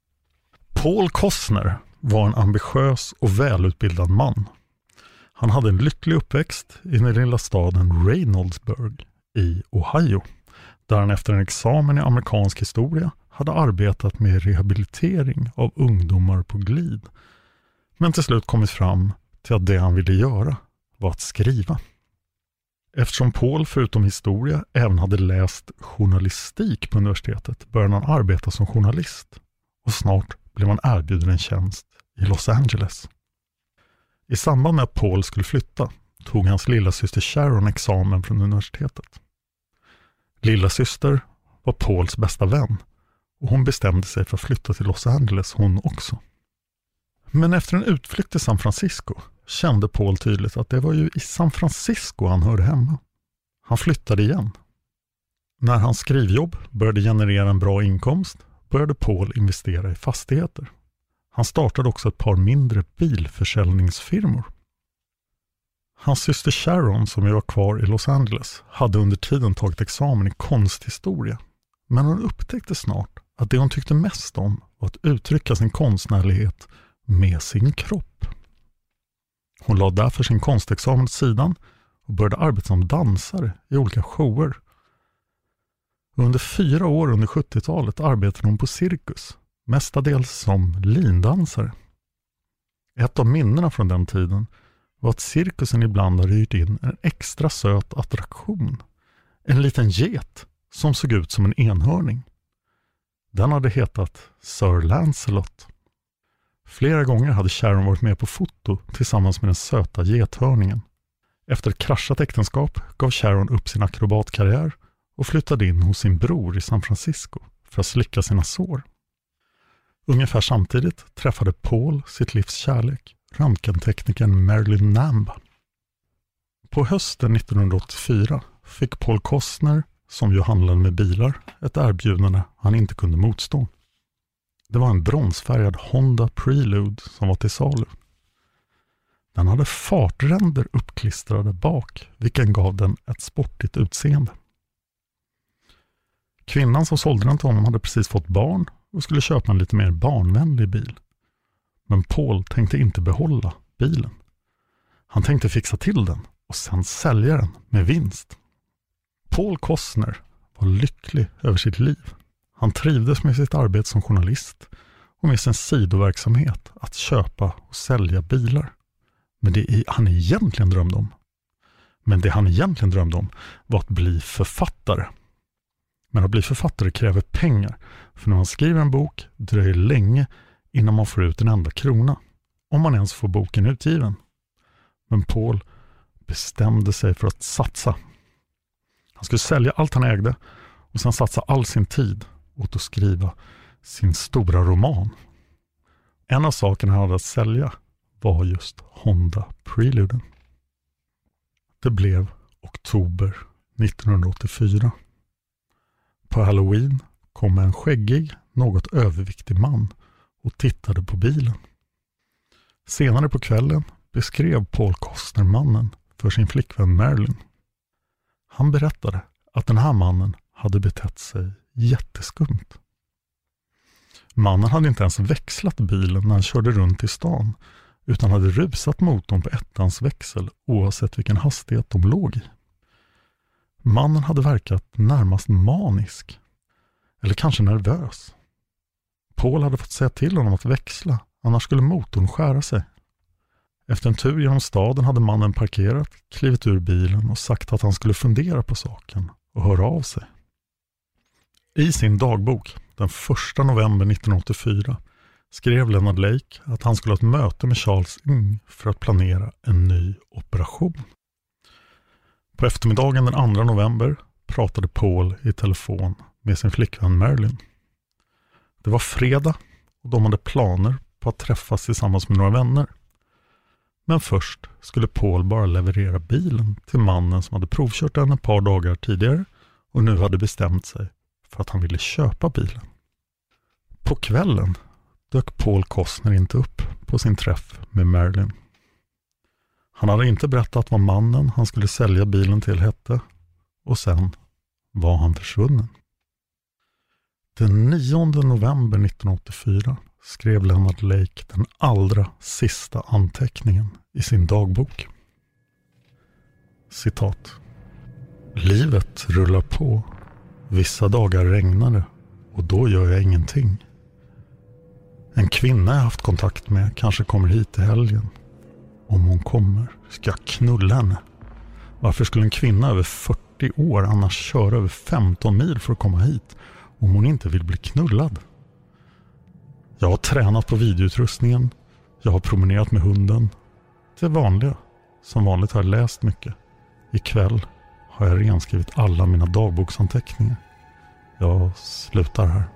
Paul Costner var en ambitiös och välutbildad man. Han hade en lycklig uppväxt i den lilla staden Reynoldsburg i Ohio, där han efter en examen i amerikansk historia hade arbetat med rehabilitering av ungdomar på glid. Men till slut kommit fram till att det han ville göra var att skriva. Eftersom Paul förutom historia även hade läst journalistik på universitetet började han arbeta som journalist och snart blev han erbjuden en tjänst i Los Angeles. I samband med att Paul skulle flytta tog hans lilla syster Sharon examen från universitetet. Lilla syster var Pauls bästa vän och hon bestämde sig för att flytta till Los Angeles hon också. Men efter en utflykt till San Francisco kände Paul tydligt att det var ju i San Francisco han hörde hemma. Han flyttade igen. När hans skrivjobb började generera en bra inkomst började Paul investera i fastigheter. Han startade också ett par mindre bilförsäljningsfirmor. Hans syster Sharon, som ju var kvar i Los Angeles, hade under tiden tagit examen i konsthistoria. Men hon upptäckte snart att det hon tyckte mest om var att uttrycka sin konstnärlighet med sin kropp. Hon lade därför sin konstexamen åt sidan och började arbeta som dansare i olika shower. Under fyra år under sjuttiotalet arbetade hon på cirkus, mestadels som lindansare. Ett av minnena från den tiden var att cirkusen ibland hade hyrt in en extra söt attraktion. En liten get som såg ut som en enhörning. Den hade hetat Sir Lancelot. Flera gånger hade Sharon varit med på foto tillsammans med den söta gethörningen. Efter ett kraschat äktenskap gav Sharon upp sin akrobatkarriär och flyttade in hos sin bror i San Francisco för att slicka sina sår. Ungefär samtidigt träffade Paul sitt livs kärlek, röntgenteknikern Marilyn Namba. På hösten nittonhundraåttiofyra fick Paul Costner, som ju handlade med bilar, ett erbjudande han inte kunde motstå. Det var en bronsfärgad Honda Prelude som var till salu. Den hade fartränder uppklistrade bak, vilken gav den ett sportigt utseende. Kvinnan som sålde den till honom hade precis fått barn och skulle köpa en lite mer barnvänlig bil. Men Paul tänkte inte behålla bilen. Han tänkte fixa till den och sen sälja den med vinst. Paul Costner var lycklig över sitt liv. Han trivdes med sitt arbete som journalist och med sin sidoverksamhet att köpa och sälja bilar. Men det han egentligen drömde om. Men det han egentligen drömde om var att bli författare. Men att bli författare kräver pengar. För när man skriver en bok dröjer länge innan man får ut en enda krona. Om man ens får boken utgiven. Men Paul bestämde sig för att satsa. Han skulle sälja allt han ägde och sedan satsa all sin tid åt att skriva sin stora roman. En av sakerna han hade att sälja var just Honda Preluden. Det blev oktober nittonhundraåttiofyra. På Halloween kom en skäggig, något överviktig man och tittade på bilen. Senare på kvällen beskrev Paul Costner mannen för sin flickvän Marilyn. Han berättade att den här mannen hade betett sig jätteskumt. Mannen hade inte ens växlat bilen när han körde runt i stan, utan hade rusat motorn på ettans växel oavsett vilken hastighet de låg i. Mannen hade verkat närmast manisk, eller kanske nervös. Paul hade fått säga till honom att växla, annars skulle motorn skära sig. Efter en tur genom staden hade mannen parkerat, klivit ur bilen och sagt att han skulle fundera på saken och höra av sig. I sin dagbok den första november nittonhundraåttiofyra skrev Leonard Lake att han skulle ha ett möte med Charles Ng för att planera en ny operation. På eftermiddagen den andra november pratade Paul i telefon med sin flickvän Marilyn. Det var fredag och de hade planer på att träffas tillsammans med några vänner. Men först skulle Paul bara leverera bilen till mannen som hade provkört den ett par dagar tidigare och nu hade bestämt sig för att han ville köpa bilen. På kvällen dök Paul Costner inte upp på sin träff med Marilyn. Han hade inte berättat vad mannen han skulle sälja bilen till hette och sen var han försvunnen. Den nionde november nittonhundraåttiofyra skrev Leonard Lake den allra sista anteckningen i sin dagbok. Citat. Livet rullar på. Vissa dagar regnar det och då gör jag ingenting. En kvinna jag haft kontakt med kanske kommer hit i helgen. Om hon kommer ska jag knulla henne. Varför skulle en kvinna över fyrtio år annars köra över femton mil för att komma hit om hon inte vill bli knullad? Jag har tränat på videoutrustningen. Jag har promenerat med hunden. Det vanliga. Som vanligt har jag läst mycket. Ikväll har jag renskrivit alla mina dagboksanteckningar. Jag slutar här.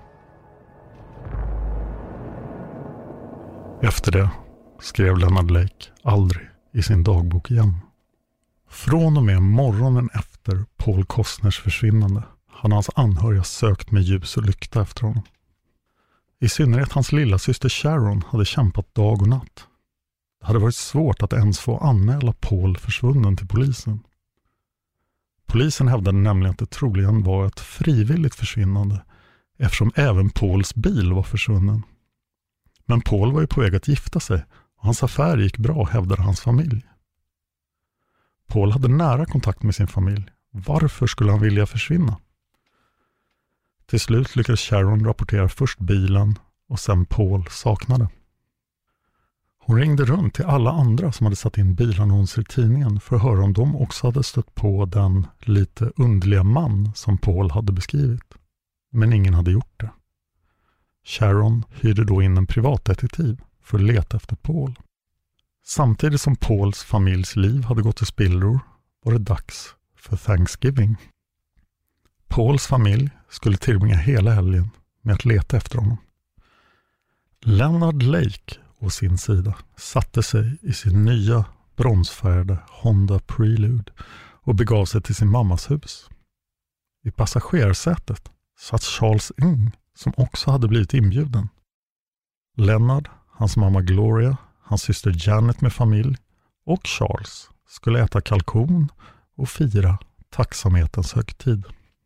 Efter det skrev Leonard Lake aldrig i sin dagbok igen. Från och med morgonen efter Paul Costners försvinnande hade hans anhöriga sökt med ljus och lykta efter honom. I synnerhet hans lilla syster Sharon hade kämpat dag och natt. Det hade varit svårt att ens få anmäla Paul försvunnen till polisen. Polisen hävdade nämligen att det troligen var ett frivilligt försvinnande eftersom även Pauls bil var försvunnen. Men Paul var ju på väg att gifta sig och hans affär gick bra, hävdade hans familj. Paul hade nära kontakt med sin familj. Varför skulle han vilja försvinna? Till slut lyckades Sharon rapportera först bilen och sen Paul saknade. Hon ringde runt till alla andra som hade satt in bilannonser i tidningen för att höra om de också hade stött på den lite underliga man som Paul hade beskrivit. Men ingen hade gjort det. Sharon hyrde då in en privatdetektiv för att leta efter Paul. Samtidigt som Pauls familjs liv hade gått i spillror var det dags för Thanksgiving. Pauls familj skulle tillbringa hela helgen med att leta efter honom. Leonard Lake å sin sida satte sig i sin nya bronsfärgade Honda Prelude och begav sig till sin mammas hus. I passagerarsätet satt Charles Ng som också hade blivit inbjuden. Leonard, hans mamma Gloria, hans syster Janet med familj och Charles skulle äta kalkon och fira tacksamhetens högtid.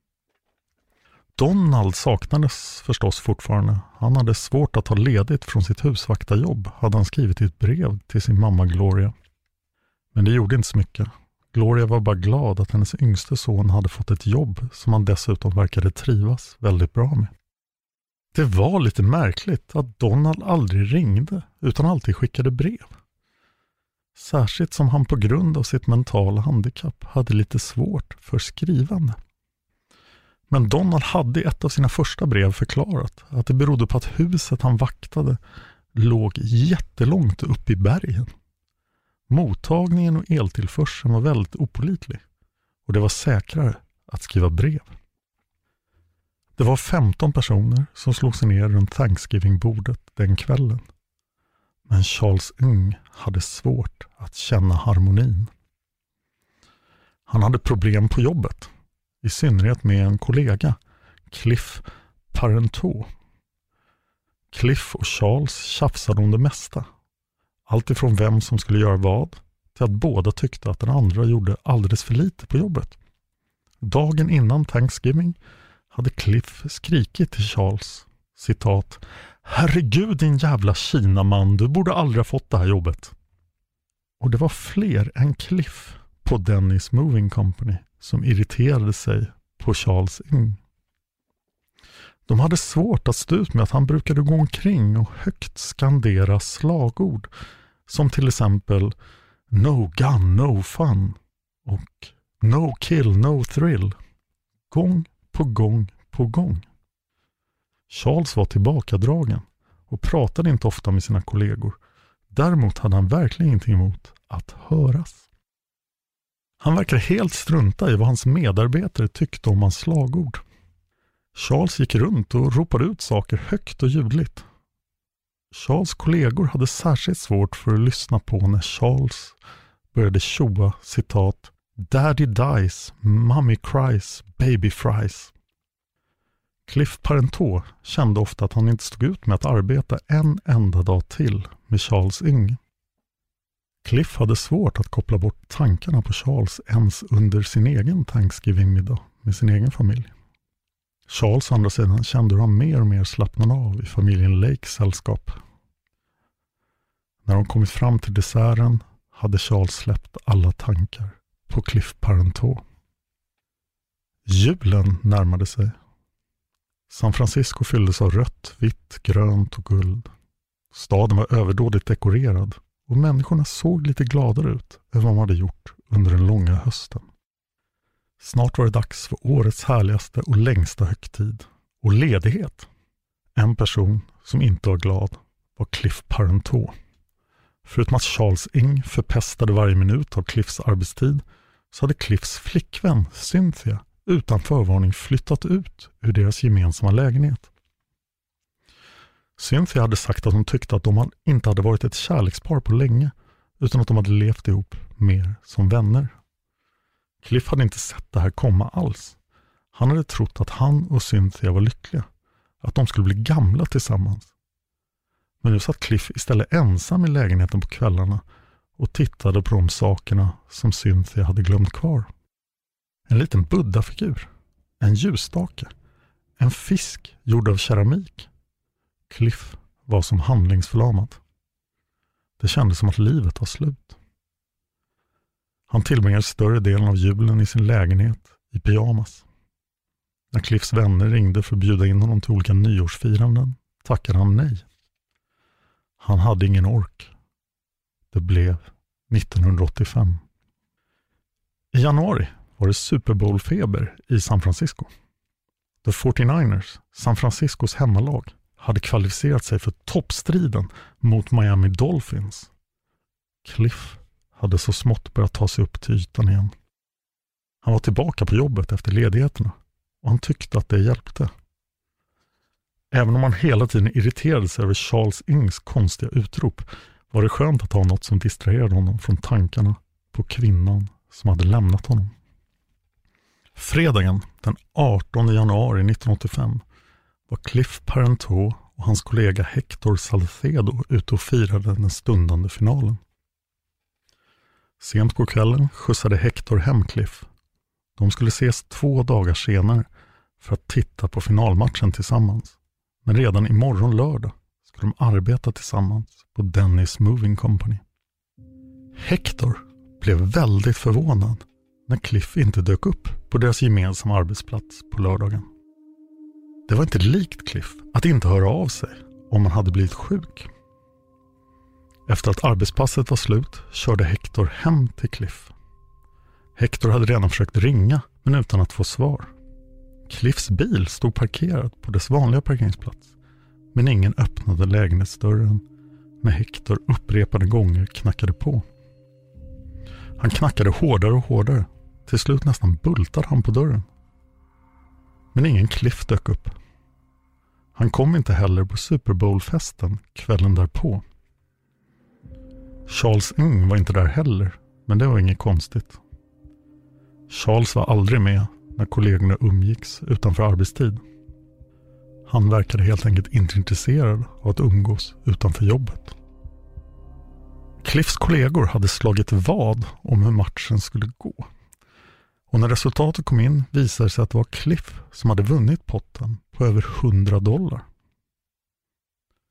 Donald saknades förstås fortfarande. Han hade svårt att ta ledigt från sitt husvaktarjobb, hade han skrivit i ett brev till sin mamma Gloria. Men det gjorde inte så mycket. Gloria var bara glad att hennes yngste son hade fått ett jobb som han dessutom verkade trivas väldigt bra med. Det var lite märkligt att Donald aldrig ringde utan alltid skickade brev. Särskilt som han på grund av sitt mentala handikapp hade lite svårt för skrivande. Men Donald hade i ett av sina första brev förklarat att det berodde på att huset han vaktade låg jättelångt upp i bergen. Mottagningen och eltillförseln var väldigt opålitlig och det var säkrare att skriva brev. Det var femton personer som slog sig ner runt Thanksgiving-bordet den kvällen. Men Charles Ng hade svårt att känna harmonin. Han hade problem på jobbet, i synnerhet med en kollega, Cliff Parenteau. Cliff och Charles tjafsade om det mesta. Allt ifrån vem som skulle göra vad till att båda tyckte att den andra gjorde alldeles för lite på jobbet. Dagen innan Thanksgiving hade Cliff skrikit till Charles, citat, Herregud din jävla Kinaman, du borde aldrig ha fått det här jobbet. Och det var fler än Cliff på Dennis Moving Company som irriterade sig på Charles Ng. De hade svårt att stå ut med att han brukade gå omkring och högt skandera slagord som till exempel No gun, no fun och No kill, no thrill. Gång på gång på gång. Charles var tillbakadragen och pratade inte ofta med sina kollegor. Däremot hade han verkligen ingenting emot att höras. Han verkade helt strunta i vad hans medarbetare tyckte om hans slagord. Charles gick runt och ropade ut saker högt och ljudligt. Charles kollegor hade särskilt svårt för att lyssna på när Charles började tjoa citat Daddy dies, mommy cries, baby fries. Cliff Parenteau kände ofta att han inte stod ut med att arbeta en enda dag till med Charles Ng. Cliff hade svårt att koppla bort tankarna på Charles ens under sin egen Thanksgiving-middag med sin egen familj. Charles å andra sidan kände hur han mer och mer slappnade av i familjen Lakes sällskap. När de kommit fram till desserten hade Charles släppt alla tankar på Cliff Parenteau. Julen närmade sig. San Francisco fylldes av rött, vitt, grönt och guld. Staden var överdådigt dekorerad och människorna såg lite gladare ut än vad de hade gjort under den långa hösten. Snart var det dags för årets härligaste och längsta högtid och ledighet. En person som inte var glad var Cliff Parenteau. Förutom att Charles Ng förpestade varje minut av Cliffs arbetstid så hade Cliffs flickvän Cynthia utan förvarning flyttat ut ur deras gemensamma lägenhet. Cynthia hade sagt att hon tyckte att de inte hade varit ett kärlekspar på länge utan att de hade levt ihop mer som vänner. Cliff hade inte sett det här komma alls. Han hade trott att han och Cynthia var lyckliga, att de skulle bli gamla tillsammans. Men nu satt Cliff istället ensam i lägenheten på kvällarna och tittade på de sakerna som Cynthia hade glömt kvar. En liten buddhafigur, en ljusstake, en fisk gjord av keramik. Cliff var som handlingsförlamad. Det kändes som att livet var slut. Han tillbringade större delen av julen i sin lägenhet i pyjamas. När Cliffs vänner ringde för att bjuda in honom till olika nyårsfiranden tackade han nej. Han hade ingen ork. Det blev nittonhundraåttiofem. I januari var det Super Bowl-feber i San Francisco. The fyrtionioers, San Franciscos hemmalag, hade kvalificerat sig för toppstriden mot Miami Dolphins. Cliff hade så smått börjat ta sig upp till ytan igen. Han var tillbaka på jobbet efter ledigheterna och han tyckte att det hjälpte. Även om han hela tiden irriterade sig över Charles Ngs konstiga utrop var det skönt att ha något som distraherade honom från tankarna på kvinnan som hade lämnat honom. Fredagen den artonde januari nittonhundraåttiofem var Cliff Parenteau och hans kollega Hector Salcedo ute och firade den stundande finalen. Sent på kvällen skjutsade Hector hem Cliff. De skulle ses två dagar senare för att titta på finalmatchen tillsammans. Men redan imorgon lördag skulle de arbeta tillsammans på Dennis Moving Company. Hector blev väldigt förvånad när Cliff inte dök upp på deras gemensamma arbetsplats på lördagen. Det var inte likt Cliff att inte höra av sig om man hade blivit sjuk. Efter att arbetspasset var slut körde Hector hem till Cliff. Hector hade redan försökt ringa men utan att få svar. Cliffs bil stod parkerad på dess vanliga parkeringsplats men ingen öppnade lägenhetsdörren när Hector upprepade gånger knackade på. Han knackade hårdare och hårdare. Till slut nästan bultade han på dörren. Men ingen Cliff dök upp. Han kom inte heller på Super Bowl-festen kvällen därpå. Charles Ng var inte där heller, men det var inget konstigt. Charles var aldrig med när kollegorna umgicks utanför arbetstid. Han verkade helt enkelt inte intresserad av att umgås utanför jobbet. Cliffs kollegor hade slagit vad om hur matchen skulle gå. Och när resultatet kom in visade det sig att det var Cliff som hade vunnit potten på över hundra dollar.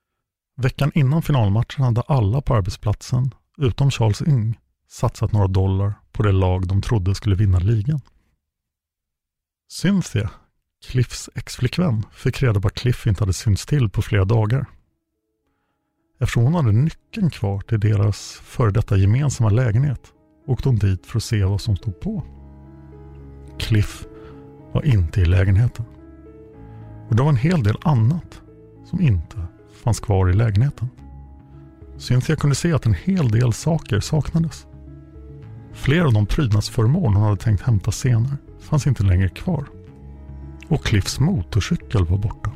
Veckan innan finalmatchen hade alla på arbetsplatsen, utom Charles Ng, satsat några dollar på det lag de trodde skulle vinna ligan. Cynthia, Cliffs ex-flickvän, fick reda på att Cliff inte hade synts till på flera dagar. Eftersom hon hade nyckeln kvar till deras före detta gemensamma lägenhet åkte hon dit för att se vad som stod på. Cliff var inte i lägenheten. Och det var en hel del annat som inte fanns kvar i lägenheten. Cynthia kunde se att en hel del saker saknades. Flera av de prydnadsföremål hon hade tänkt hämta senare fanns inte längre kvar. Och Cliffs motorcykel var borta.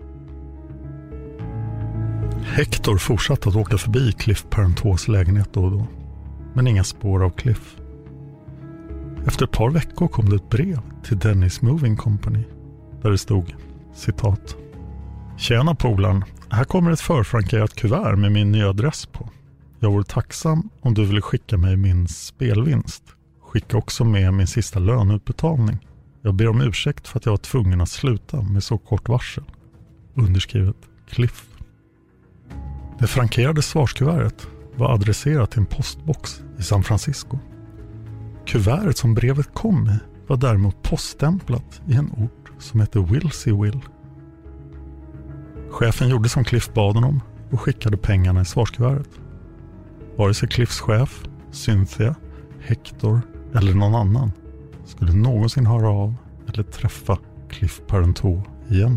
Hector fortsatte att åka förbi Cliff Parenteaus lägenhet då och då. Men inga spår av Cliff. Efter ett par veckor kom det ett brev till Dennis Moving Company. Där det stod, citat: Tjena polaren, här kommer ett förfrankerat kuvert med min nya adress på. Jag vore tacksam om du ville skicka mig min spelvinst. Skicka också med min sista löneutbetalning. Jag ber om ursäkt för att jag var tvungen att sluta med så kort varsel. Underskrivet Cliff. Det frankerade svarskuvertet var adresserat till en postbox i San Francisco. Kuvertet som brevet kom i var däremot poststämplat i en ort som heter Wilseyville. Chefen gjorde som Cliff bad honom och skickade pengarna i svarskuvertet. Vare sig Cliffs chef, Cynthia, Hector eller någon annan skulle någonsin höra av eller träffa Cliff Parenteau igen.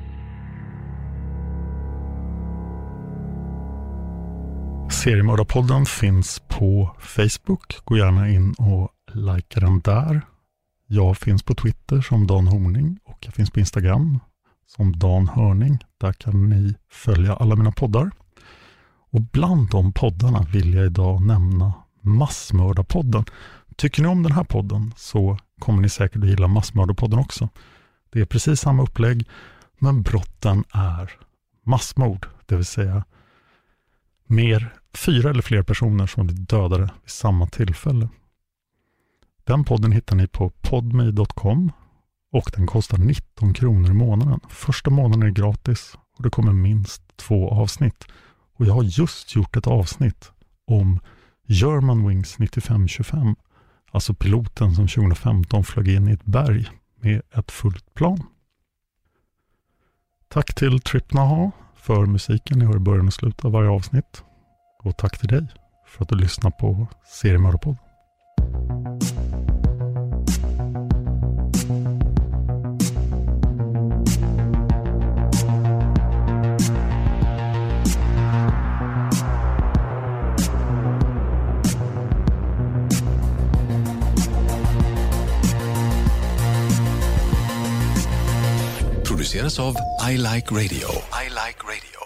Seriemördarpodden finns på Facebook. Gå gärna in och likea den där. Jag finns på Twitter som Dan Horning och jag finns på Instagram som Dan Hörning. Där kan ni följa alla mina poddar. Och bland de poddarna vill jag idag nämna Massmördarpodden. Tycker ni om den här podden så kommer ni säkert att gilla Massmördarpodden också. Det är precis samma upplägg, men brotten är massmord. Det vill säga mer fyra eller fler personer som blir dödade vid samma tillfälle. Den podden hittar ni på podme dot com och den kostar nitton kronor i månaden. Första månaden är gratis och det kommer minst två avsnitt. Och jag har just gjort ett avsnitt om Germanwings nittiofem tjugofem. Alltså piloten som tjugohundrafemton flög in i ett berg med ett fullt plan. Tack till Trip Naha för musiken ni hör i början och slutet av varje avsnitt. Och tack till dig för att du lyssnar på Seriemördarpodden. Produceras av I Like Radio. I Like Radio.